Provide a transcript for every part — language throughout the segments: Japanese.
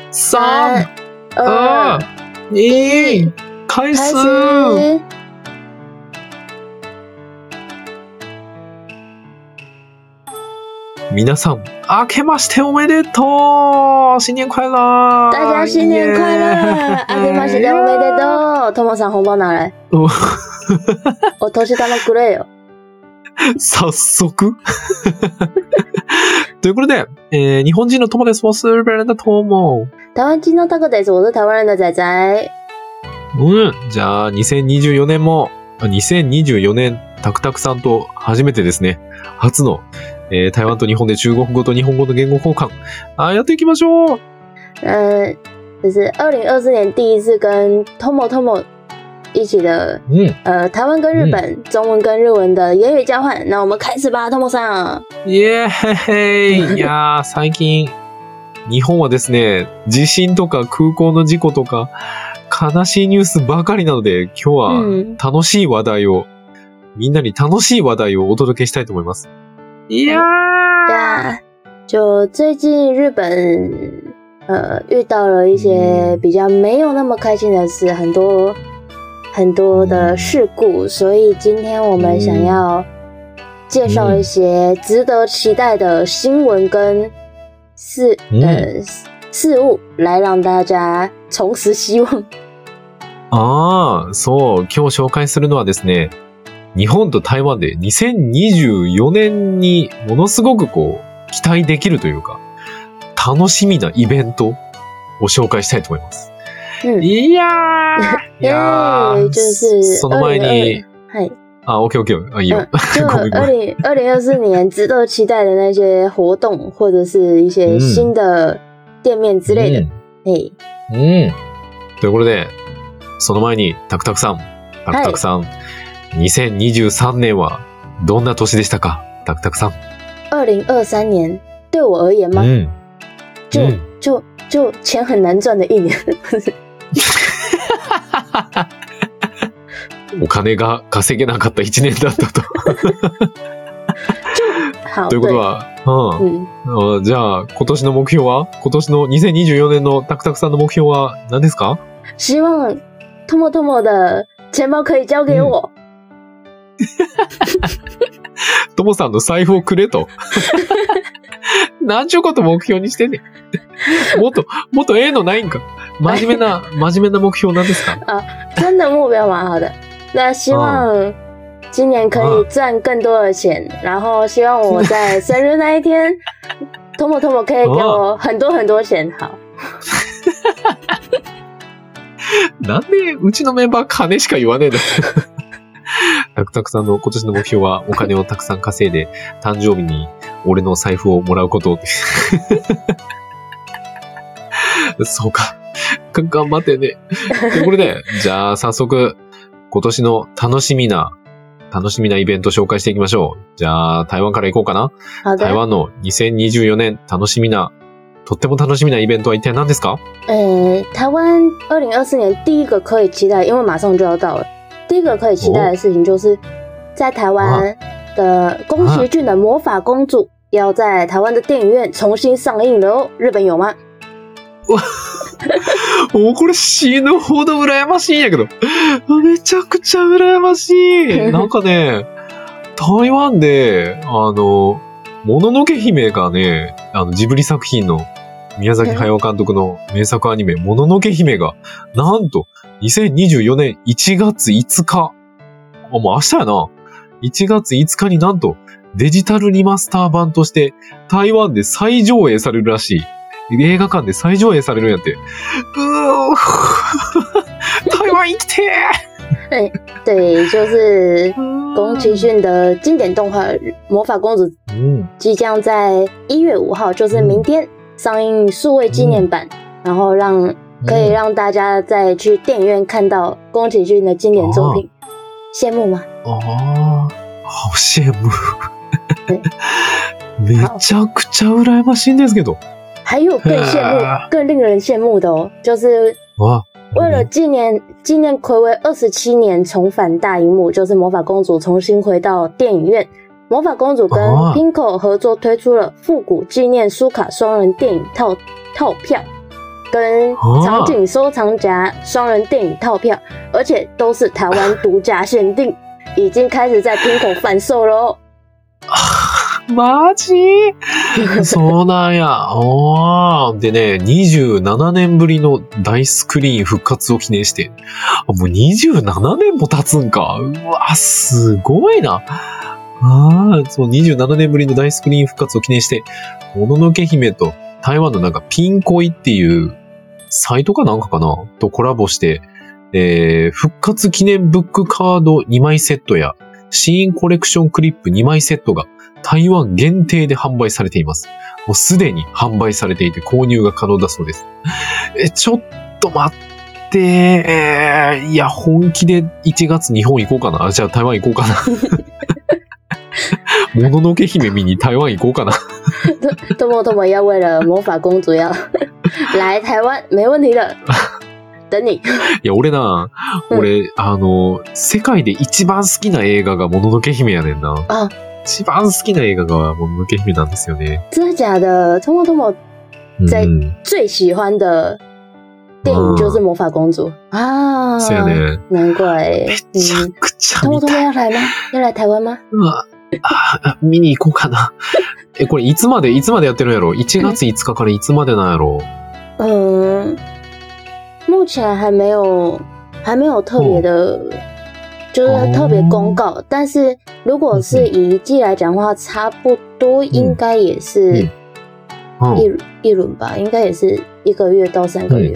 3、2、1、開始。皆さん、明けましておめでとう！新年快乐！ 大家新年快乐！明けましておめでとう！トモさん紅包拿来。お年玉くれよ。 早速ということで、日本人のトモです。我是日本人的トモ。 台湾人のタコです。我是台湾人的仔仔。 じゃあ2024年も、2024年タクタクさんと初めてですね、初の、台湾と日本で中国語と日本語の言語交換、やっていきましょう。 就是2024年第一次跟 Tomo 一起的，台湾跟日本、中文跟日文的言语交换。那我们开始吧， Tomo さん。 イエーイ。いやー、最近、日本はですね、地震とか空港の事故とか、悲しいニュースばかりなので、今日は楽しい話題を、みんなに楽しい話題をお届けしたいと思います。いやー。 就最近日本遇到了一些比较没有那么开心的事，很多的事故，所以今天我们想要介绍一些值得期待的新闻跟事物，来让大家重拾希望。 そう、今日紹介するのはですね、日本と台湾で2024年にものすごく期待できるというか、楽しみなイベントを紹介したいと思います。いやー、 就是その前に、OK， いいよ。 就2024年值得期待的那些活動或者是一些新的店面之類的。 ということで、その前にタクタクさん、2023年はどんな年でしたか？タクタクさん。 2023年对我而言吗？就钱很難賺的一年。 お金が稼げなかった1年だったと。ということは、じゃあ今年の目標は？今年の2024年のタクタクさんの目標は何ですか？ 希望Tomo的錢包可以交給我。 トモさんの財布をくれと。何ちゅうこと目標にしてんねん。もっとないんか。真面目な目標なんですか？ 真的目標蠻好的。那希望今年可以賺更多的錢，然後希望我在生日那一天，Tomo可以給我很多很多錢。好。 なんでうちのメンバー金しか言わねえの？タクタクさんの今年の目標はお金をたくさん稼いで誕生日に俺の財布をもらうこと。そうか。頑張ってね。ということで、じゃあ早速今年の楽しみなイベント紹介していきましょう。じゃあ台湾から行こうかな。台湾の2024年とっても楽しみなイベントは一体何ですか？ 台湾2024年第一个可以期待，因为马上就要到了。第一个可以期待的事情就是在台湾的宫崎骏的魔法公主要在台湾的电影院重新上映了哦。日本有吗？ もうこれ死ぬほど羨ましいんやけど。めちゃくちゃ羨ましい。なんかね、台湾で、もののけ姫がね、ジブリ作品の宮崎駿監督の名作アニメ、もののけ姫が、なんと、2024年1月5日。もう明日やな。1月5日になんと、デジタルリマスター版として、台湾で再上映されるらしい。映画館で再上映されるんやって。台湾行きてー！对，就是宫崎骏的经典动画《魔法公主》即将在1月5號，就是明天上映數位紀念版，然後可以讓大家再去電影院看到宮崎駿的經典作品。羨慕嗎？ 好羨慕。めちゃくちゃ羨ましいんですけど。 还有更令人羡慕的哦，就是为了纪念睽违27年重返大荧幕，就是魔法公主重新回到电影院。魔法公主跟 Pinko 合作推出了复古纪念书卡双人电影套票， 跟场景收藏夹双人电影套票，而且都是台湾独家限定，已经开始在拼口贩售了哦。 マジそうなんや。でね、27年ぶりの大スクリーン復活を記念して。もう27年も経つんか。うわ、すごいな。そう、27年ぶりの大スクリーン復活を記念して、もののけ姫と台湾のなんかピンコイっていうサイトかなんかかなとコラボして、復活記念ブックカード2枚セットや、シーンコレクションクリップ2枚セットが台湾限定で販売されています。もうすでに販売されていて購入が可能だそうです。ちょっと待って、いや、本気で1月日本行こうかな。じゃあ台湾行こうかな。もののけ姫見に台湾行こうかな。 多么多么要为了魔法公主要来台湾，没问题的。等你。いや、俺、世界で一番好きな映画がもののけ姫やねんな。一番好きな映画がもののけ姫なんですよね。 真的假的？多么多么在最喜欢的电影就是魔法公主啊！ そうやね。 难怪。 めちゃくちゃ見たい。 多么多么要来吗？要来台湾吗？ 見に行こうかな。これいつまでやってるんやろ？ 1 月5日からいつまでなんやろ？ 目前还没有特别的，就是特别公告。但是如果是以一季来讲的话，差不多应该也是一轮吧，应该也是1个月到3个月。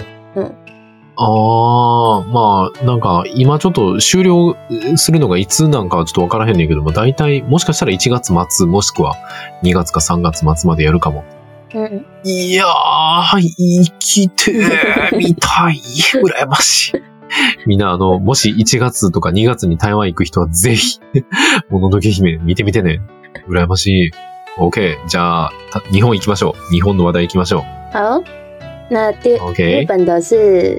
まあ、なんか、今ちょっと終了するのがいつなんかはちょっとわからへんねんけども、だいたい、もしかしたら1月末、もしくは2月か3月末までやるかも。いやー、生きてー、見たい。羨ましい。みんな、もし1月とか2月に台湾行く人はぜひ、もののけ姫見てみてね。羨ましい。OK。じゃあ、日本行きましょう。日本の話題行きましょう。 好。那日本的是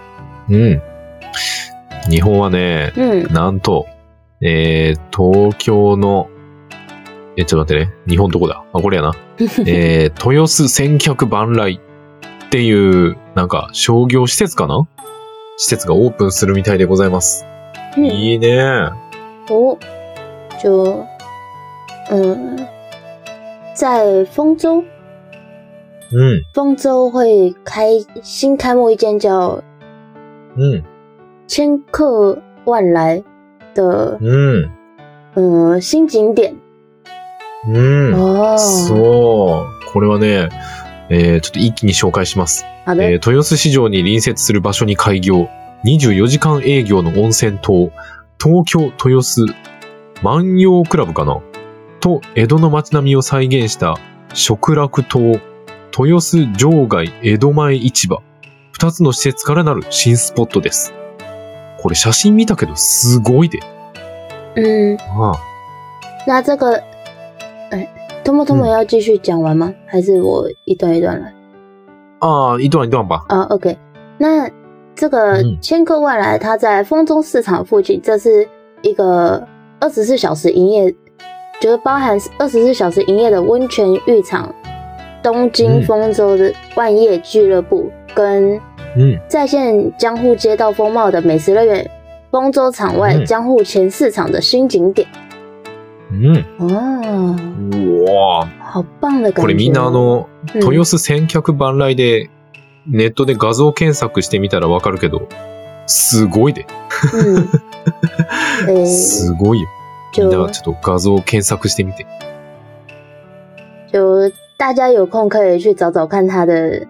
日本はね、なんと、東京の、ちょっと待ってね。日本どこだ？これやな。豊洲千客万来っていう、なんか商業施設かな？施設がオープンするみたいでございます。いいね。 在丰州。丰州会新开幕一间叫千客万来的新景点。 そう。これはね、ちょっと一気に紹介します。豊洲市場に隣接する場所に開業、24時間営業の温泉島、東京豊洲万葉クラブかなと、江戸の街並みを再現した食楽島、豊洲場外江戸前市場、2つの施設からなる新スポットです。これ写真見たけどすごいで。 那这个トモトモ要继续讲完吗？还是我一段一段来？ 一段一段吧。 OK。那这个千客万来，它在丰州市场附近，这是一个24小时营业，就是包含24小时营业的温泉浴场、东京丰州的万叶俱乐部，跟再现江户街道风貌的美食乐园丰州场外江户前市场的新景点。 わ好棒的感觉。 これみんな豊洲千客万来でネットで画像検索してみたらわかるけど、すごいで。すごいよ。みんなちょっと画像検索してみて。 就大家有空可以去找找看他的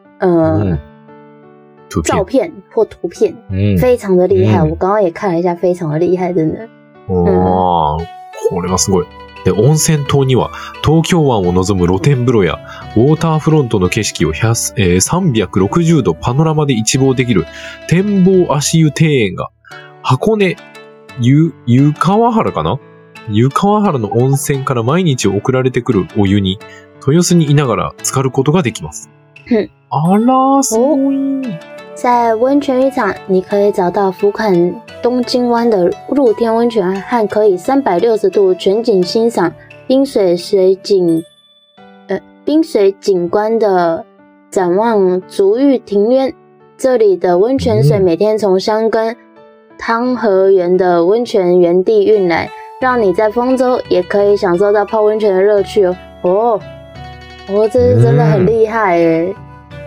照片或图片，非常的厉害。我刚刚也看了一下，非常的厉害，真的。 これはすごい。で、温泉島には東京湾を望む露天風呂やウォーターフロントの景色を360度パノラマで一望できる展望足湯庭園が箱根湯川原かな？湯川原の温泉から毎日送られてくるお湯に豊洲にいながら浸かることができます。あら、すごい。 在温泉浴场，你可以找到俯瞰东京湾的露天温泉和可以360度全景欣赏冰水景观的展望足浴庭院，这里的温泉水每天从箱根汤和园的温泉园地运来，让你在丰州也可以享受到泡温泉的乐趣哦。这是真的很厉害耶。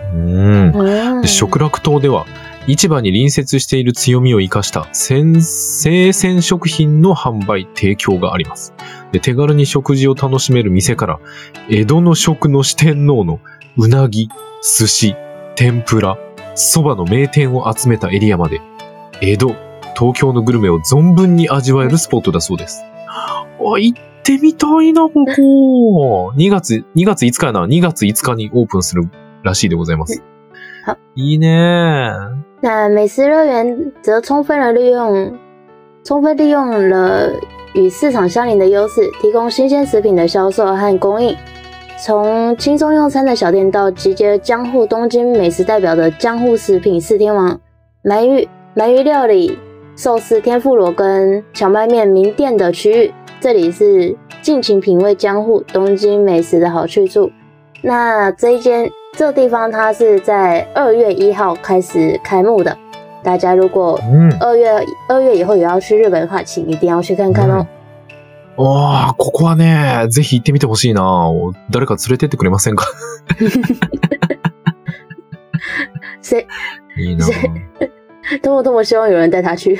食楽島では市場に隣接している強みを生かした生鮮食品の販売提供があります。で、手軽に食事を楽しめる店から、江戸の食の四天王のうなぎ、寿司、天ぷら、蕎麦の名店を集めたエリアまで、江戸、東京のグルメを存分に味わえるスポットだそうです。行ってみたいな、ここ。2月5日やな。2月5日にオープンするらしいでございます。いいね。 那美食乐园则充分利用了与市场相邻的优势，提供新鲜食品的销售和供应。从轻松用餐的小店到集结江户东京美食代表的江户食品四天王、鳗鱼料理、寿司天妇罗跟荞麦面名店的区域，这里是尽情品味江户东京美食的好去处。那这个地方它是在2月1号开始开幕的，大家如果2月以后也要去日本的话，请一定要去看看哦。 ここはね、ぜひ行ってみてほしいな。誰か連れてってくれませんか？いいな。 多么希望有人带他去。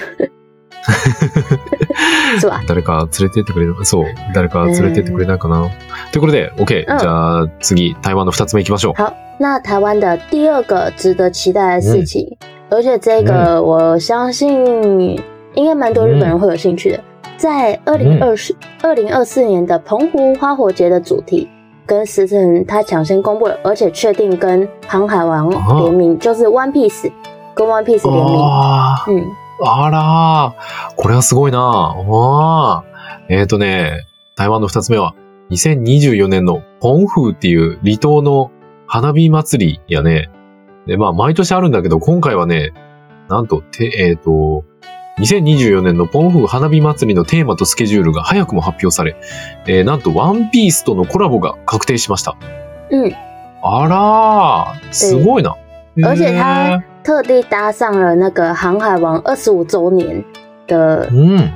是吧？ 誰か連れてってくれる？そう。誰か連れてってくれないかな。ということで、OK。じゃあ次、台湾の2つ目行きましょう。 好，那台湾的第二个值得期待的事情，而且这个我相信应该蛮多日本人会有兴趣的。在2024年的澎湖花火节的主题跟时辰，它抢先公布了，而且确定跟航海王联名，就是 One Piece 跟 One Piece 联名。 あらー、これはすごいな。台湾の2つ目は2024年の澎湖っていう離島の花火祭りやね。で、毎年あるんだけど、今回はね、なんと、2024年の澎湖花火祭りのテーマとスケジュールが早くも発表され、なんとワンピースとのコラボが確定しました。あらー、すごいな。 而且他特地搭上了那个航海王25周年的，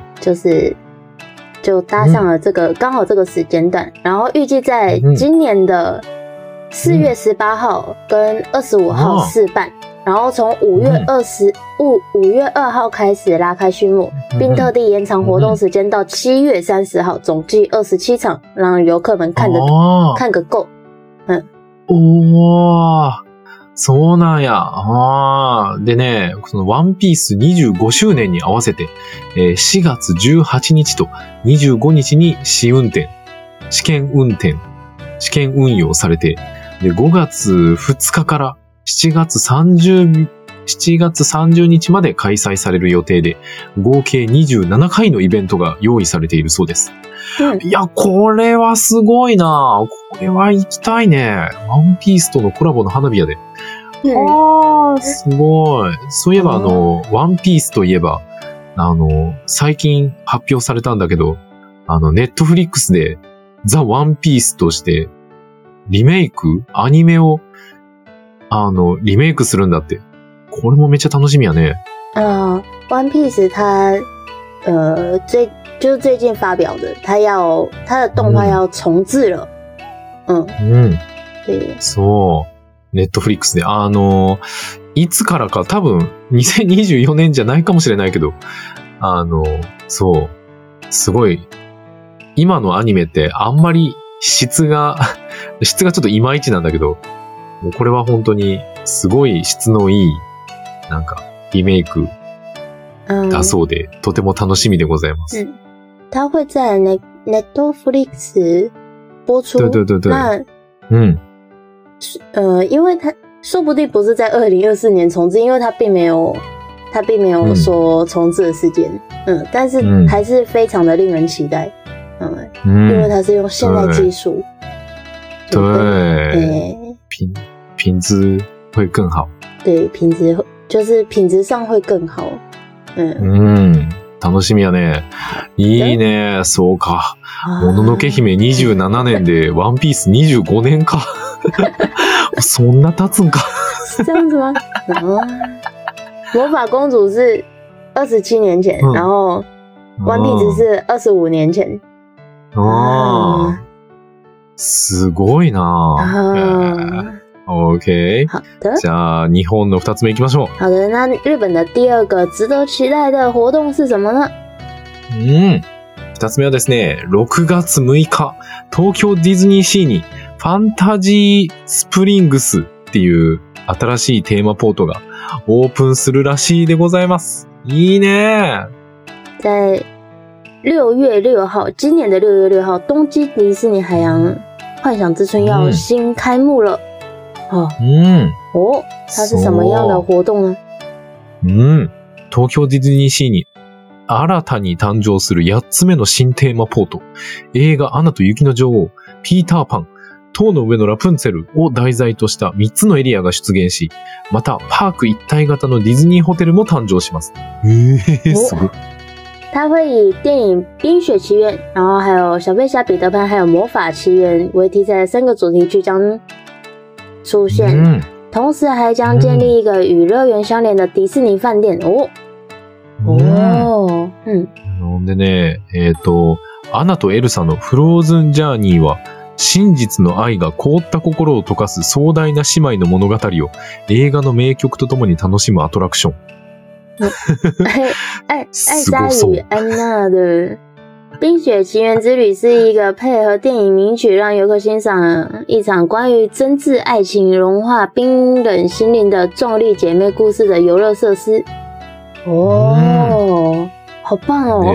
就搭上了这个刚好这个时间段，然后预计在今年的4月18号跟25号试办。然后从5月2号开始拉开序幕，并特地延长活动时间到7月30号，总计27场，让游客们看个够。 そうなんや。でね、そのワンピース25周年に合わせて、4月18日と25日に試験運用されて、で、5月2日から7月30日まで開催される予定で、合計27回のイベントが用意されているそうです。いや、これはすごいな。これは行きたいね。ワンピースとのコラボの花火やで。すごい。そういえばワンピースといえば、最近発表されたんだけど、ネットフリックスでザ・ワンピースとしてアニメをリメイクするんだって。これもめっちゃ楽しみやね。 One Piece 它最近发表的，它的动画要重置了。对。そう。ネットフリックスで。いつからか多分2024年じゃないかもしれないけど、そう。すごい、今のアニメってあんまり質がちょっといまいちなんだけど、もうこれは本当にすごい質のいいなんかリメイクだそうで、とても楽しみでございます。它会在Netflix 播出。 对。 因为它说不定不是在2024年重置，因为它并没有说重置的时间。但是还是非常的令人期待。因为它是用现代技术。 对。品质会更好。 对，品质上会更好。 楽しみやね。いいね。そうか。もののけ姫27年でワンピース25年か。 そんな経つんか。 是这样子吗？哦，魔法公主是27年前，然后One Piece是25年前。 ああ。すごいなOK。 好的。 じゃあ、日本の2つ目行きましょう。 好的，那日本的第二个值得期待的活动是什么呢？ 2つ目はですね、6月6日、東京ディズニーシーにファンタジースプリングスっていう新しいテーマポートがオープンするらしいでございます。いいね。 在6月6号，今年的6月6号，东京迪士尼海洋幻想之春要新开幕了。它是什么样的活动呢？ 東京ディズニーシーに新たに誕生する8つ目の新テーマポート、映画アナと雪の女王、ピーターパン、塔の上のラプンツェルを題材とした3つのエリアが出現し、またパーク一体型のディズニーホテルも誕生します。すごい。 它会以电影《冰雪奇缘》，然后还有小飞侠、彼得潘，还有魔法奇缘为题材的3个主题区将出现，同时还将建立一个与乐园相连的迪士尼饭店。 なんでね、アナとエルサのフローズンジャーニーは、真実の愛が凍った心を溶かす壮大な姉妹の物語を映画の名曲とともに楽しむアトラクション。 艾莎与安娜的冰雪奇缘之旅是一个配合电影名曲让游客欣赏一场关于真挚爱情融化冰冷心灵的重力姐妹故事的游乐设施。好棒哦！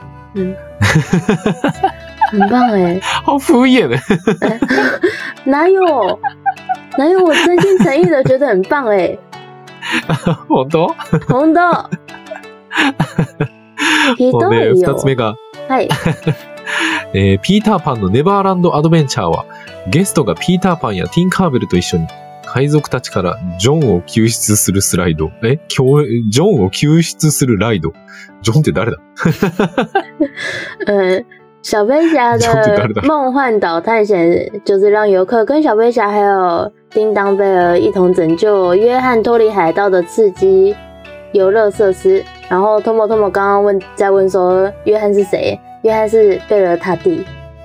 很棒哎， 好敷衍哎， 哪有？我真心诚意的觉得很棒哎。 本当？ 本当。ひどいよ。 2つ目が、 はい。 ピーターパンのネバーランドアドベンチャーは、ゲストがピーターパンやティンカーベルと一緒に、海賊たちからジョンを救出するスライド。ジョンを救出するライド。ジョンって誰だ？ 小飞侠的梦幻岛探险就是让游客跟小飞侠还有叮当贝尔一同拯救约翰脱离海盗的刺激游乐设施。然后托莫刚刚在问说约翰是谁？约翰是贝尔他弟。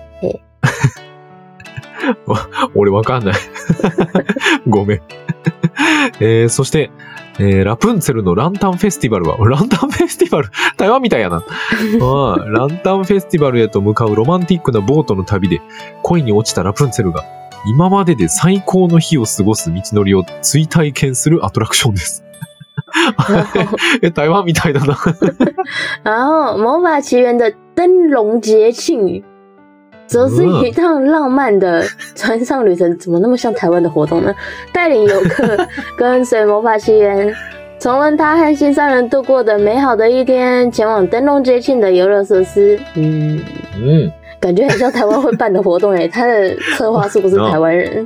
俺わかんない。ごめん。そして、ラプンツェルのランタンフェスティバルは、ランタンフェスティバル台湾みたいやな。ランタンフェスティバルへと向かうロマンティックなボートの旅で、恋に落ちたラプンツェルが、今までで最高の日を過ごす道のりを追体験するアトラクションです。台湾みたいだな。 然后魔法奇缘的灯笼节庆则是一趟浪漫的船上旅程，怎么那么像台湾的活动呢？带领游客跟随魔法奇缘重温他和新三人度过的美好的一天，前往灯笼节庆的游乐设施。感觉很像台湾会办的活动诶，他的策划是不是台湾人？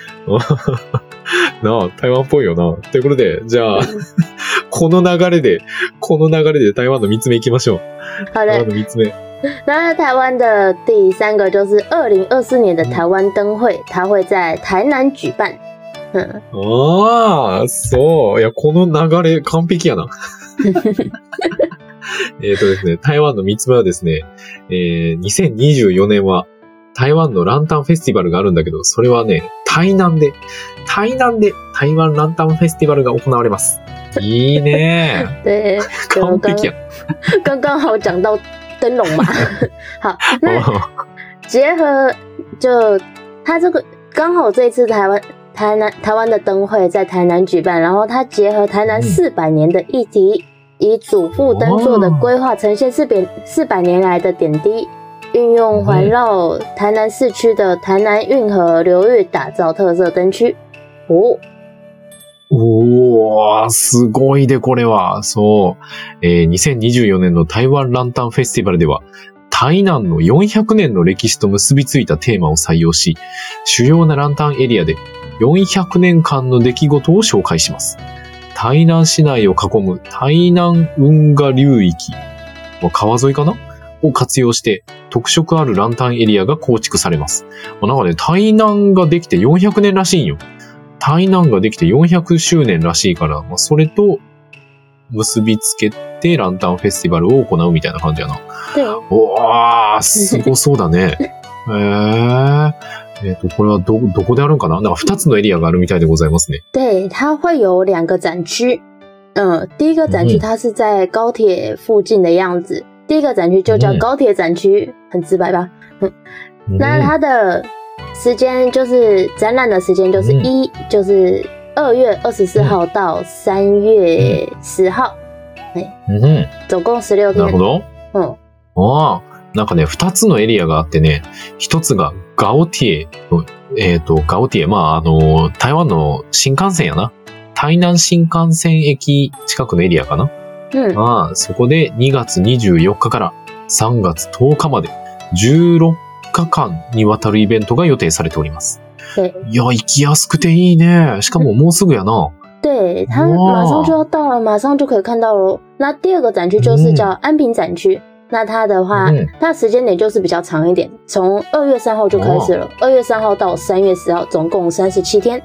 なあ、台湾っぽいよな。ということで、じゃあ、この流れで台湾の3つ目行きましょう。 好的。 台湾の3つ目。 那台湾的第3个就是2024年的台湾灯会，它会在台南举办。 そう。いや、この流れ完璧やな。ですね、台湾の3つ目はですね、2024年は台湾のランタンフェスティバルがあるんだけど、それはね、台湾ランタンフェスティバルが行われます。いいね。 对， 完璧や。 刚好讲到灯笼嘛。好，那结合就它这个刚好这次台湾的灯会在台南举办，然后它结合台南400年的议题，以主副灯座的规划呈现400年来的点滴，运用环绕台南市区的台南运河流域打造特色灯区。 すごいで、これは。そう。2024年の台湾ランタンフェスティバルでは、台南の400年の歴史と結びついたテーマを採用し、主要なランタンエリアで400年間の出来事を紹介します。台南市内を囲む台南運河流域、川沿いかなを活用して特色あるランタンエリアが構築されます。なんかね、台南ができて400年らしいんよ。台南ができて400周年らしいから、それと結びつけてランタンフェスティバルを行うみたいな感じやな。おー、すごそうだね。これはどこであるんかな？なんか2つのエリアがあるみたいでございますね。 对，它会有2个展区。第一个展区它是在高铁附近的样子，第一个展区就叫高铁展区，很直白吧？那它的时间就是展览的时间就是就是2月24号到3月10号。总共16天。 なるほど。なんかね、2つのエリアがあってね、1つがガオティエの、ガオティエ、台湾の新幹線やな。台南新幹線駅近くのエリアかな。そこで2月24日から3月10日まで16日間にわたるイベントが予定されております。いや、行きやすくていいね。しかももうすぐやな。 对，它马上就要到了，马上就可以看到了。那第2个展区就是叫安平展区。那它的话，它的时间点就是比较长一点，从2月3号就开始了，2月3号到3月10号，总共37天。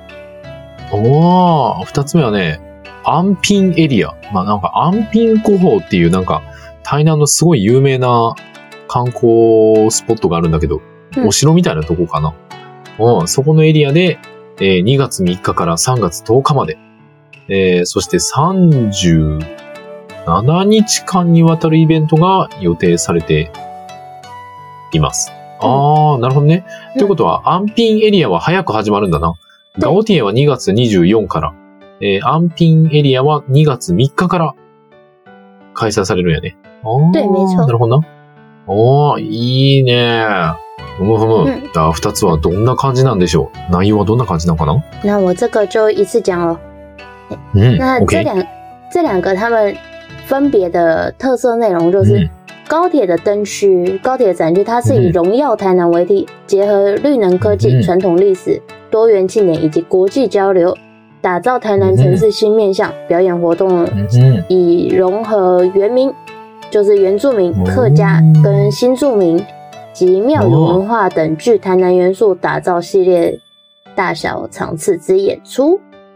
2つ目はね、安平エリア。なんか安平古堡っていうなんか台南のすごい有名な観光スポットがあるんだけど、お城みたいなとこかな。そこのエリアで、2月3日から3月10日まで、そして37日間にわたるイベントが予定されています。なるほどね。ということは、安平エリアは早く始まるんだな。ガオティエは2月24から、安平エリアは2月3日から開催されるんやね。 对、没错。 なるほどな。いいね。じゃあ2つはどんな感じなんでしょう？内容はどんな感じなのかな？ 那我这个就一次讲了。那这两个他们分别的特色内容就是高铁的灯区、高铁展区，它是以荣耀台南为题，结合绿能科技、传统历史、多元庆典以及国际交流，打造台南城市新面向。表演活动以融合原民，就是原住民、客家跟新住民及庙宇文化等具台南元素，打造系列大小场次之演出。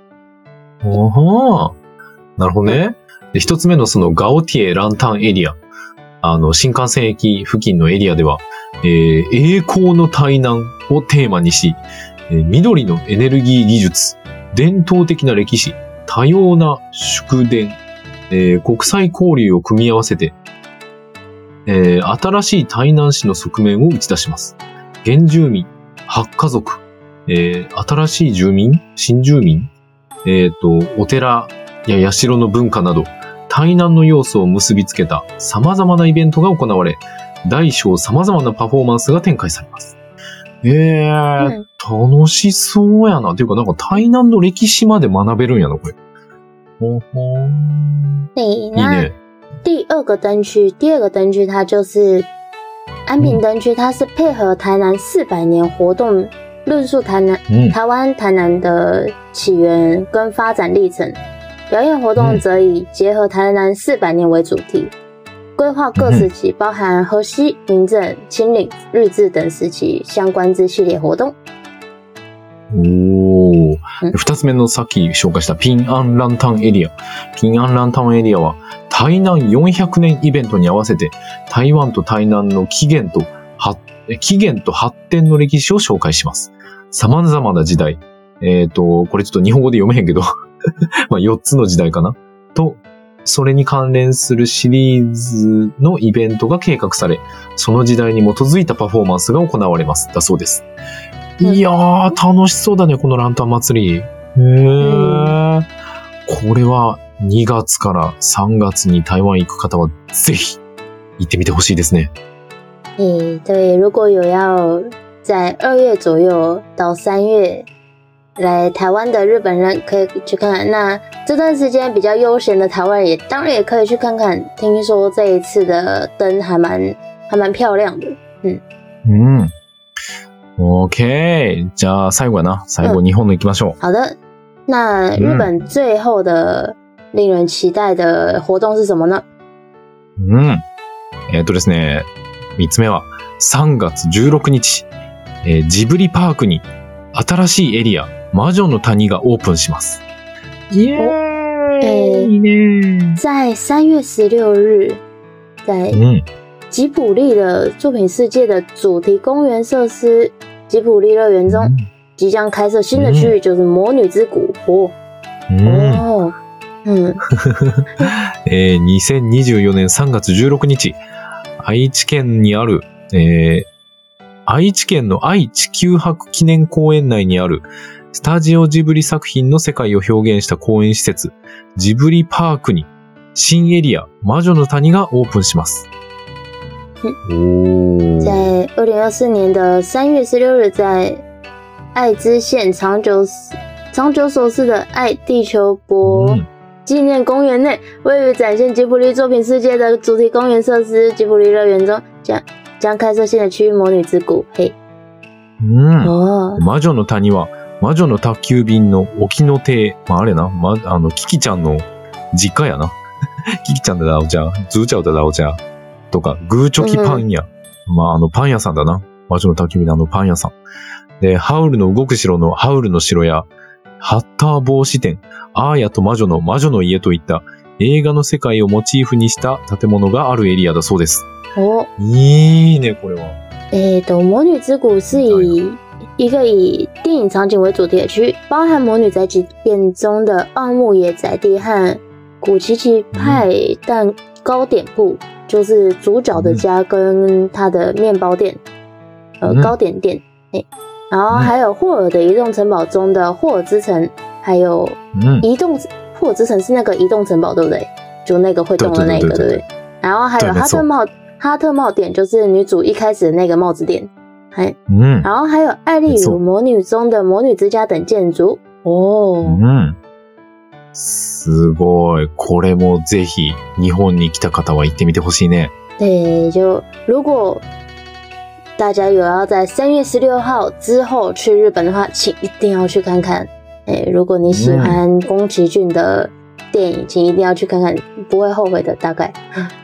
なるほどね。で、一つ目のそのガオティエランタンエリア、新幹線駅付近のエリアでは、栄光の台南をテーマにし、緑のエネルギー技術、伝統的な歴史、多様な祝電、国際交流を組み合わせて、新しい台南市の側面を打ち出します。原住民、8家族、新しい住民、新住民、お寺や社の文化など、台南の要素を結びつけた様々なイベントが行われ、大小様々なパフォーマンスが展開されます。楽しそうやな。ていうかなんか台南の歴史まで学べるんやな、これ。 对，那第二个灯区它就是安平灯区，它是配合台南400年活动，论述台湾台南的起源跟发展历程。表演活动则以结合台南400年为主题，规划各时期，包含河西、明正、清领、日治等时期相关之系列活動。 二つ目のさっき紹介したピンアンランタンエリア。ピンアンランタンエリアは台南400年イベントに合わせて台湾と台南の起源と発展の歴史を紹介します。様々な時代。これちょっと日本語で読めへんけど4つの時代かなと、それに関連するシリーズのイベントが計画され、その時代に基づいたパフォーマンスが行われます。だそうです。いやー、楽しそうだね、このランタン祭り。これは2月から3月に台湾行く方はぜひ行ってみてほしいですね。 对，如果有要在2月左右到3月来台湾的日本人可以去看看，那这段时间比较悠闲的台湾人当然也可以去看看。听说这一次的灯还蛮漂亮的。 OK。じゃあ最後やな。最後日本の行きましょう。 好的。那日本最后的令人期待的活动是什么呢？ ですね。 3つ目は3月16日、ジブリパークに新しいエリア、魔女の谷がオープンします。イエーイ、いいね。 在3月16日，在吉卜力的作品世界的主题公园设施吉卜力乐园中，即将开设新的区域，就是魔女之谷。 2024年3月16日、愛知県にある、愛知県の愛・地球博記念公園内にあるスタジオジブリ作品の世界を表現した公園施設、ジブリパークに新エリア、魔女の谷がオープンします。 在2024年的3月16日，在爱知县长久守市的爱地球博纪念公园内，位于展现吉卜力作品世界的主题公园设施吉卜力乐園中将開設新的區域魔女之谷。 魔女の谷は魔女の宅急便の沖の亭、あれな、キキちゃんの実家やな。キキちゃん的老家、ズーチャオ的老家とか、グーチョキパン屋。パン屋さんだな。魔女の宅急便のパン屋さん。で、ハウルの動く城のハウルの城や、ハッター帽子店、アーヤと魔女の家といった映画の世界をモチーフにした建物があるエリアだそうです。いいね、これは。 魔女之谷是一个以电影场景为主题的区域，包含魔女宅急便中的奥木野宅地和古奇奇派蛋糕点铺，就是主角的家跟他的面包店，糕点店。然后还有霍尔的移动城堡中的霍尔之城，还有霍尔之城是那个移动城堡，对不对？就那个会动的那个，对不对？然后还有哈特帽店，就是女主一开始的那个帽子店。然后还有艾丽与魔女中的魔女之家等建筑。 すごい。これもぜひ日本に来た方は行ってみてほしいね。 对，就如果大家有要在3月16号之后去日本的话，请一定要去看看。如果你喜欢宫崎骏的电影，请一定要去看看，不会後悔的，大概。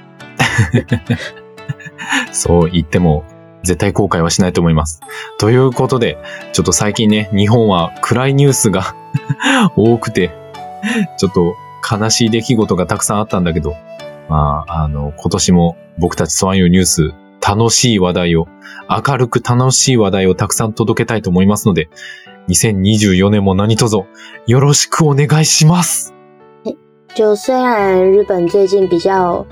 そう言っても絶対後悔はしないと思います。ということで、ちょっと最近ね、日本は暗いニュースが多くて、ちょっと悲しい出来事がたくさんあったんだけど、今年も僕たちそういうニュース、楽しい話題を、明るく楽しい話題をたくさん届けたいと思いますので、2024年も何卒よろしくお願いします。 就虽然日本最近比较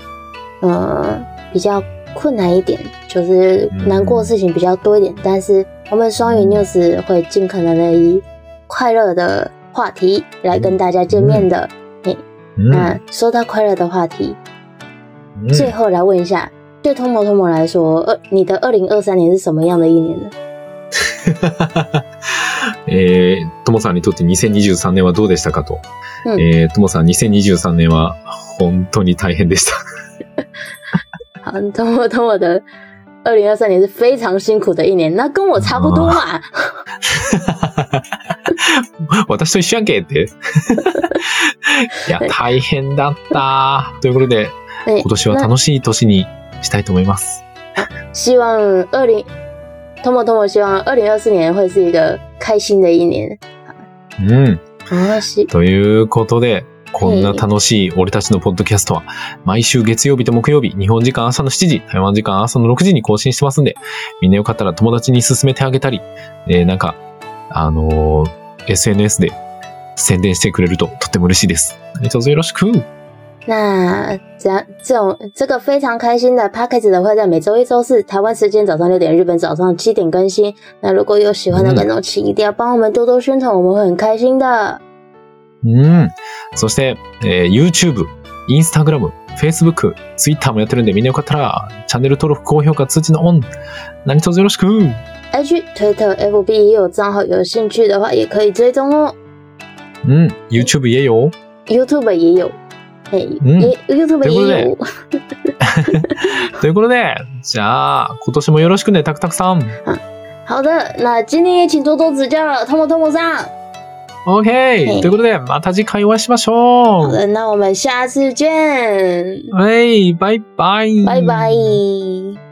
困难一点，就是难过的事情比较多一点，但是我们双语 news 会尽可能的以快乐的话题来跟大家见面的。那说到快乐的话题，最后来问一下，对Tomo来说，你的2023年是什么样的一年呢？ トモさんにとって2023年はどうでしたかと。トモさん2023年は本当に大変でした。 好，Tomo的2023年是非常辛苦的一年，那跟我差不多嘛。 私と一緒やんけって。いや、大変だった。ということで、今年は楽しい年にしたいと思います。 希望Tomo希望2024年会是一个開心的一年。 ということで、こんな楽しい俺たちのポッドキャストは毎週月曜日と木曜日、日本時間朝の7時、台湾時間朝の6時に更新してますんで、みんなよかったら友達に勧めてあげたり、SNS で宣伝してくれるととっても嬉しいです。何卒よろしく。 那这个非常开心的 Podcast 的会在每周一、周四台湾时间早上6点，日本早上7点更新。那如果有喜欢的观众，请一定要帮我们多多宣传，我们会很开心的。 そして、YouTube、Instagram、Facebook、Twitter もやってるんで、みんなよかったらチャンネル登録、高評価、通知のオン、何卒よろしく。 IG、Twitter、FB 也有账号，有兴趣的话也可以追踪哦。 YouTube 也有。 YouTube 也有。YouTube 也有。 ということで、じゃあ今年もよろしくね、たくさん。 好的，那今天也请多多指教了，Tomoさん。 OK，ということでまた次回お会いしましょう。 好的，那我们下次见。 拜拜。 拜拜。